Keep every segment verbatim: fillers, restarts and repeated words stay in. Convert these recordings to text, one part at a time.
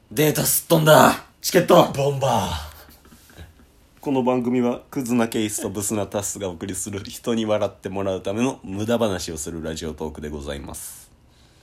データすっ飛んだ。チケットボンバー。この番組はクズなケイスとブスなタスがお送りする人に笑ってもらうための無駄話をするラジオトークでございます。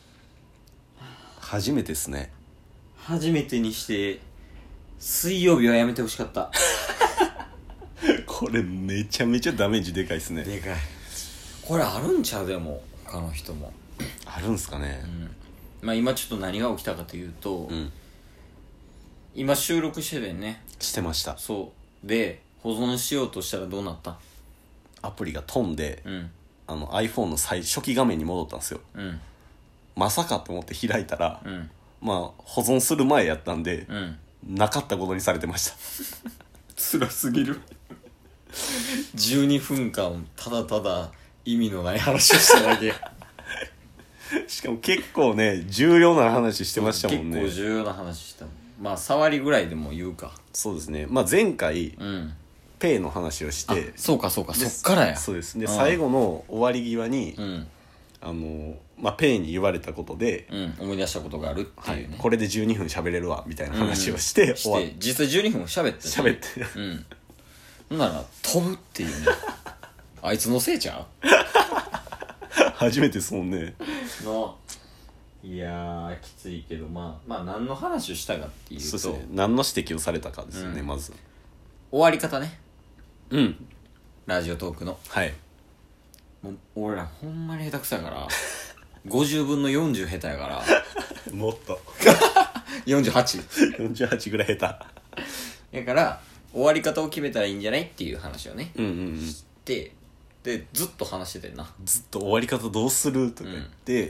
初めてですね。 初めてにして水曜日はやめてほしかった。 これめちゃめちゃダメージでかいですね。 でかい。これあるんちゃう？でも他の人もあるんすかね。 うん、まあ今ちょっと何が起きたかというと、うん、今収録しててね。 してました。 そうで保存しようとしたらどうなった？ アプリが飛んで、 うん、 あの iPhone の最初期画面に戻ったんですよ、 うん、 まさかと思って開いたら、 うん、 まあ保存する前やったんで、 うん、 なかったことにされてました。 辛すぎる。じゅうにふんかんただただ意味のない話をしただけ。 しかも結構ね重要な話してましたもんね。 結構重要な話したもん。まあ触りぐらいでも言うか。 そうですね。まあ前回、 うん、 ペイの話をして、 そうかそうか、そっからや。 そうですね。最後の終わり際に、 うん、 あのまあペイに言われたことで、 うん、思い出したことがあるっていうね、はい、 これでじゅうにふん喋れるわみたいな話をして、うん、 して実際じゅうにふん喋って喋ってうんほんなら飛ぶっていうね。あいつのせいちゃう？ 初めてですもんね。 のいやーきついけど、まあまあ何の話をしたかっていうと、 そうですね、何の指摘をされたかですよね、うん、まず終わり方ね。 うん。 ラジオトークの、 はい。 もう俺らほんまに下手くそやからごじゅうぶんのよんじゅう下手やからもっとよんじゅうはちよんじゅうはちぐらい下手やから終わり方を決めたらいいんじゃないっていう話をね、 うんうんうん、 してでずっと話しててんな。 ずっと終わり方どうするとか言って、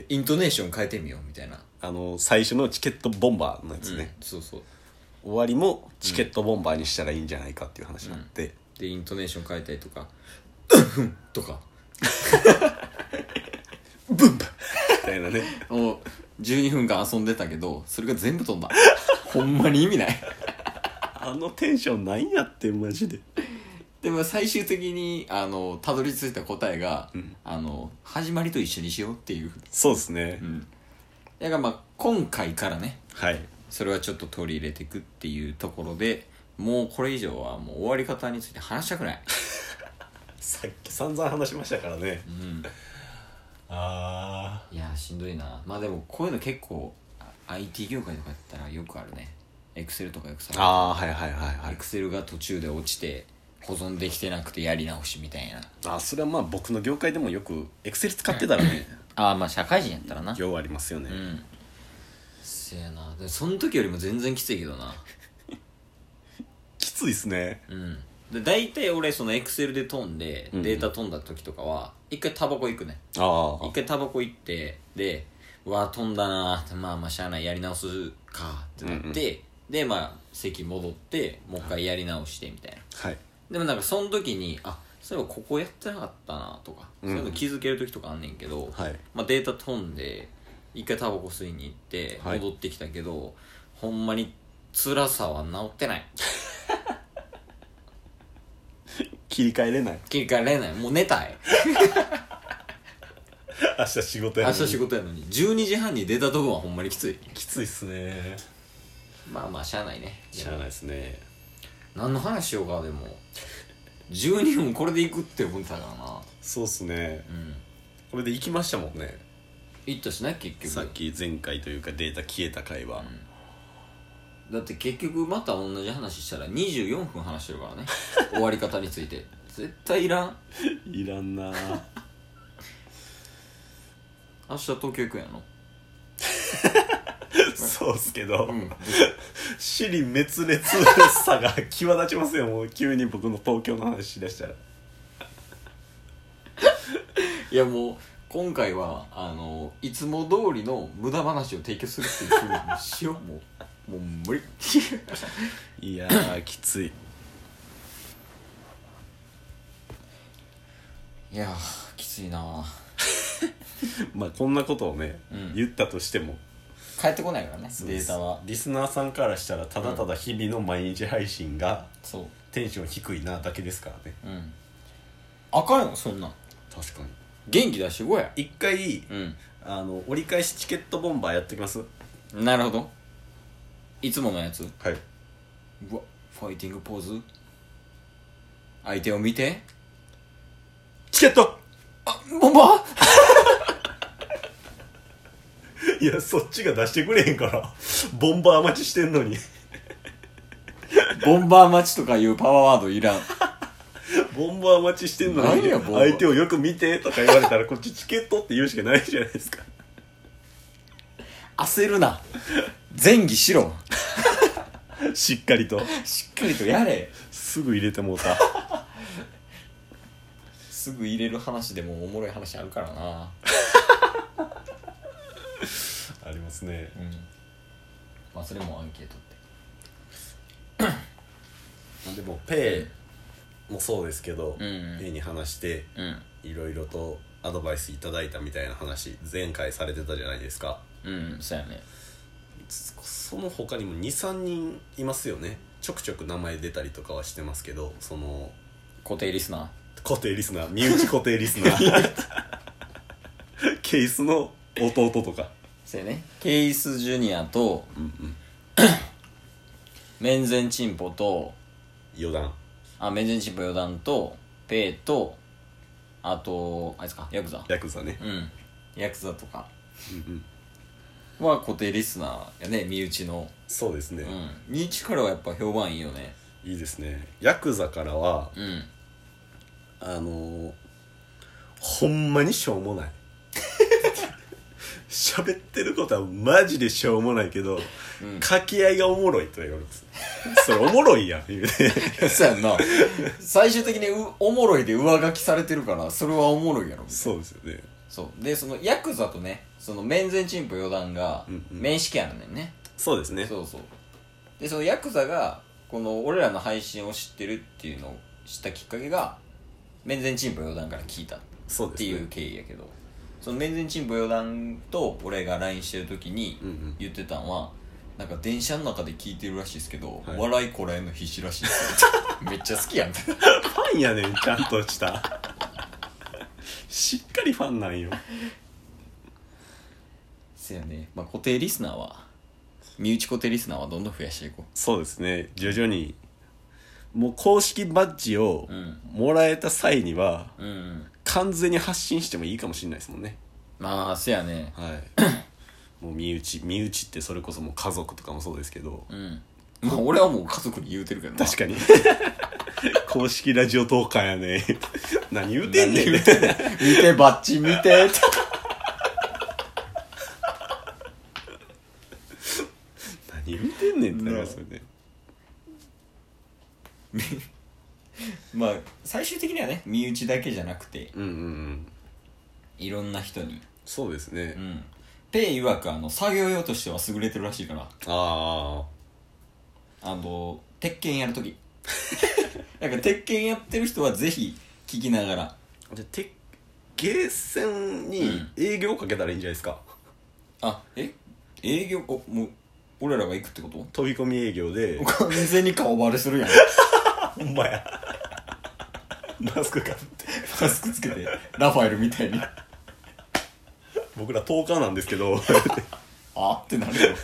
うん、イントネーション変えてみようみたいな、 あの最初のチケットボンバーのやつね、 うん、そうそう、 終わりもチケットボンバーにしたらいいんじゃないかっていう話になって、うん、 でイントネーション変えたりとかとかブンバみたいなね。 もうじゅうにふんかん遊んでたけどそれが全部飛んだ。ほんまに意味ない。 あのテンションないんやってマジで。 でも最終的にあのたどり着いた答えが、うん、あの始まりと一緒にしようっていう。 そうですね、うん、 だからまあ今回からね、 はい、 それはちょっと取り入れていくっていうところで、もうこれ以上はもう終わり方について話したくない。 さっき散々話しましたからね、 うん、 あーいやしんどいな。まあでもこういうの結構 アイティー 業界とかやったらよくあるね。エクセルとかよくさ、 ああはいはいはいはい、 エクセルが途中で落ちて保存できてなくてやり直しみたいな。 あ、それはまあ僕の業界でもよくエクセル使ってたらねああまあ社会人やったらな、 業ありますよね。 うん、せやな。でその時よりも全然きついけどな。 きついっすね。 うん。で大体俺そのエクセルで飛んで、うん、データ飛んだ時とかは一回タバコ行くね。 ああ。 一回タバコ行ってでうわ飛んだなーって、まあまあしゃあないやり直すかってなって、うんうん、でまあ席戻ってもう一回やり直してみたいな。 はい。 でもなんかその時にあそういえばここやってなかったなとか、うん、そういうの気づける時とかあんねんけど、 はい、まあ、データ飛んで一回タバコ吸いに行って戻ってきたけど、はい、ほんまに辛さは治ってない。 切り替えれない切り替えれない。もう寝たい。 明日仕事やのに明日仕事やのにじゅうにじはんに出たとこはほんまにきつい。 きついっすね。 まあまあしゃあないね。 しゃあないっすね。 何の話しようか。でもじゅうにふんこれで行くって思ってたからな。 そうっすね、うん、これで行きましたもんね。 行ったしな結局。 さっき前回というかデータ消えた回は、 うん、だって結局また同じ話したらにじゅうよんふん話してるからね。終わり方について絶対いらん。 いらんな。 明日東京行くんやの？ そうっすけど、うん、支離滅裂さが際立ちますよ。もう急に僕の東京の話しだしたら。 いやもう今回はあのいつも通りの無駄話を提供するっていう風にしよう。もうもう無理。 いやーきつい。 いやーきついな。 まあこんなことをね、うん、言ったとしても返ってこないからね、データは。 リスナーさんからしたらただただ日々の毎日配信が、 そうテンション低いなだけですからね。 うん。あかんよそんなん。 確かに。 元気出してこや。 一回、うん、あの折り返しチケットボンバーやってきます。 なるほど。 いつものやつ。 はい。 うわファイティングポーズ。相手を見て。 チケット。 あボンバいや、そっちが出してくれへんからボンバー待ちしてんのにーボンバー待ちとかいうパワーワードいらん。 ボンバー待ちしてんのに何やボンバー相手をよく見てとか言われたらこっちチケットって言うしかないじゃないですか。 焦るな。前儀しろ。 しっかりとしっかりとやれ。 すぐ入れてもうた。 すぐ入れる話でもおもろい話あるからな。 ありますね。 うん。まあそれもアンケートって。 でもペイもそうですけど、 うんうん、 ペイに話してうんいろいろとアドバイスいただいたみたいな話前回されてたじゃないですか。 うん、そうやね。 その他にも にさんにんいますよね。ちょくちょく名前出たりとかはしてますけど、その固定リスナー固定リスナー、身内固定リスナーケースの弟とか。 そうやね。ケイスジュニアと、 うんうん、 メンゼンチンポと余談。 あメンゼンチンポ余談とペイとあとあいつかヤクザ。 ヤクザね。 うんヤクザとかうんうんは固定リスナーやね、身内の。 そうですね、 うん身内からはやっぱ評判いいよね。 いいですね。ヤクザからはうんあのー、ほんまにしょうもない喋ってることはマジでしょうもないけど、うん、掛け合いがおもろいと言われます。それおもろいやん言うてそうやんな。最終的にうおもろいで上書きされてるからそれはおもろいやろみたいな。 そうですよね。 そうでそのヤクザとねそのメンゼンチンポ余談がうんうん面識あるねんね。 そうですね。 そうそうでそのヤクザがこの俺らの配信を知ってるっていうのを知ったきっかけがメンゼンチンポ余談から聞いたっていう経緯やけど、そのメンゼンチンポ余談と俺が ライン してる時に言ってたんは、なんか電車の中で聞いてるらしいですけど、はい、笑いこらえるの必死らしいですよめっちゃ好きやんファンやねん、ちゃんとしたしっかりファンなんよ。 せやね、まあ、固定リスナーは身内固定リスナーはどんどん増やしていこう。 そうですね、徐々にもう公式バッジをもらえた際には、うんうん、完全に発信してもいいかもしれないですもんね。 まあせやね、 はいもう身内身内ってそれこそもう家族とかもそうですけど、 うん、まあ俺はもう家族に言うてるけどな。 確かに公式ラジオトーカーやね何言うてんねん見てバッジ見てって何言うてんねんってなりますよねまあ最終的にはね身内だけじゃなくて、 うんうんうん、 いろんな人に。 そうですね、 うん、ペイ曰くあの作業用としては優れてるらしいから。 ああの鉄拳やるときなんか鉄拳やってる人はぜひ聞きながら。 じゃ鉄ゲーセンに営業かけたらいいんじゃないですか、 うん、あえ営業おもう俺らが行くってこと？ 飛び込み営業で完全に顔バレするやんほんまやマスクかぶってマスクつけてラファエルみたいに僕らとおかなんですけどあってなるよ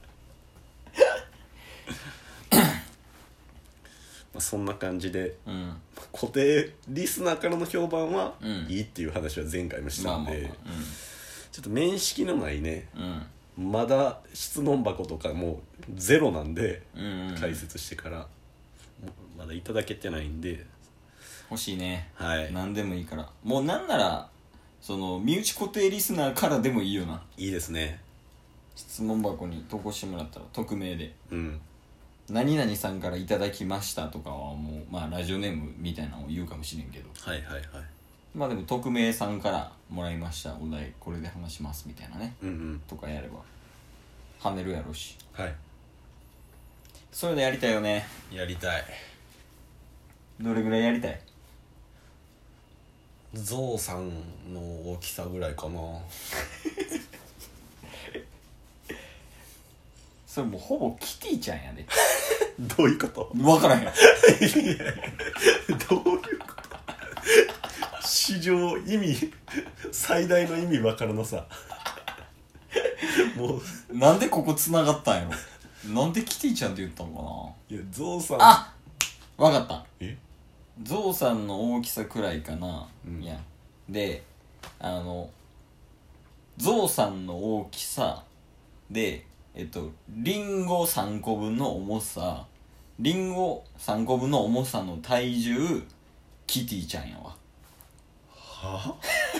まあそんな感じで、 うん、 固定リスナーからの評判は、 うん、 いいっていう話は前回もしたんで、まあまあまあ、うん、ちょっと面識のないね、うん、まだ質問箱とかもゼロなんで、うんうんうん、解説してからまだいただけてないんで欲しいね、 はい、 何でもいいから。もうなんならその身内固定リスナーからでもいいよな。 いいですね。 質問箱に投稿してもらったら匿名で、 うん、 何々さんからいただきましたとかはもうまあラジオネームみたいなのを言うかもしれんけど、 はいはいはい、 まあでも匿名さんからもらいましたお題これで話しますみたいなね、 うんうん、 とかやれば跳ねるやろうし、 はい、 そういうのやりたいよね。 やりたい。 どれぐらいやりたい？ ゾウさんの大きさぐらいかなそれもうほぼキティちゃんやでどういうこと？ 分からへんどういうこと史上意味最大の意味分からなさもうなんでここ繋がったんやろなんでキティちゃんって言ったのかいやゾウさんあわかった。 えゾウさんの大きさくらいかな、 うん、 いやであのゾウさんの大きさでえっとリンゴさんこぶんの重さリンゴさんこぶんの重さの体重キティちゃんやわ。 は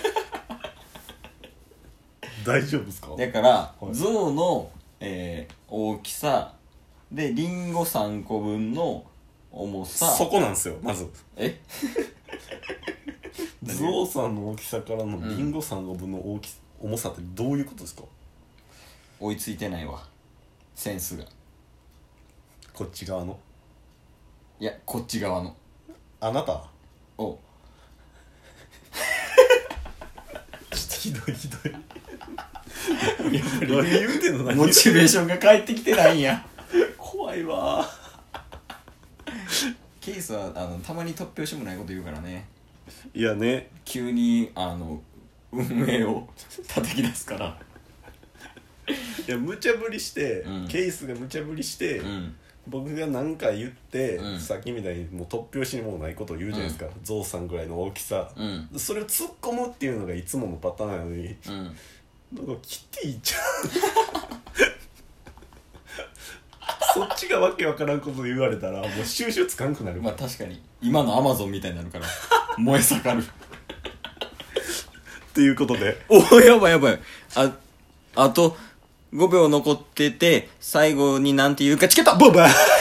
大丈夫ですか。 だから、 はい、 ゾウの、えー、大きさでリンゴさんこぶんの重さそこなんですよまず。 えゾウさんの大きさからのリンゴさんこぶんの大き重さってどういうことですか。 追いついてないわセンスが。 こっち側のいやこっち側のあなたおちょっとひどいひどい何言うてんの。何モチベーションが返ってきてないんや怖いわ。 ケースはあのたまに突拍子もないこと言うからね。 いやね急にあの運営を叩き出すからいや無茶ぶりして、 うん、 ケースが無茶ぶりして、 うん、 僕が何か言って、うん、さっきみたいにもう突拍子にもないことを言うじゃないですか、うん、ゾウさんぐらいの大きさ、うん、それを突っ込むっていうのがいつものパターンなのに、うん、なんかキティちゃんそっちがわけわからんこと言われたらもう収集つかんくなる。 まあ確かに今のアマゾンみたいになるから燃え盛るっていうことでおやばいやばいああとごびょう残ってて最後になんて言うかチケットボーバー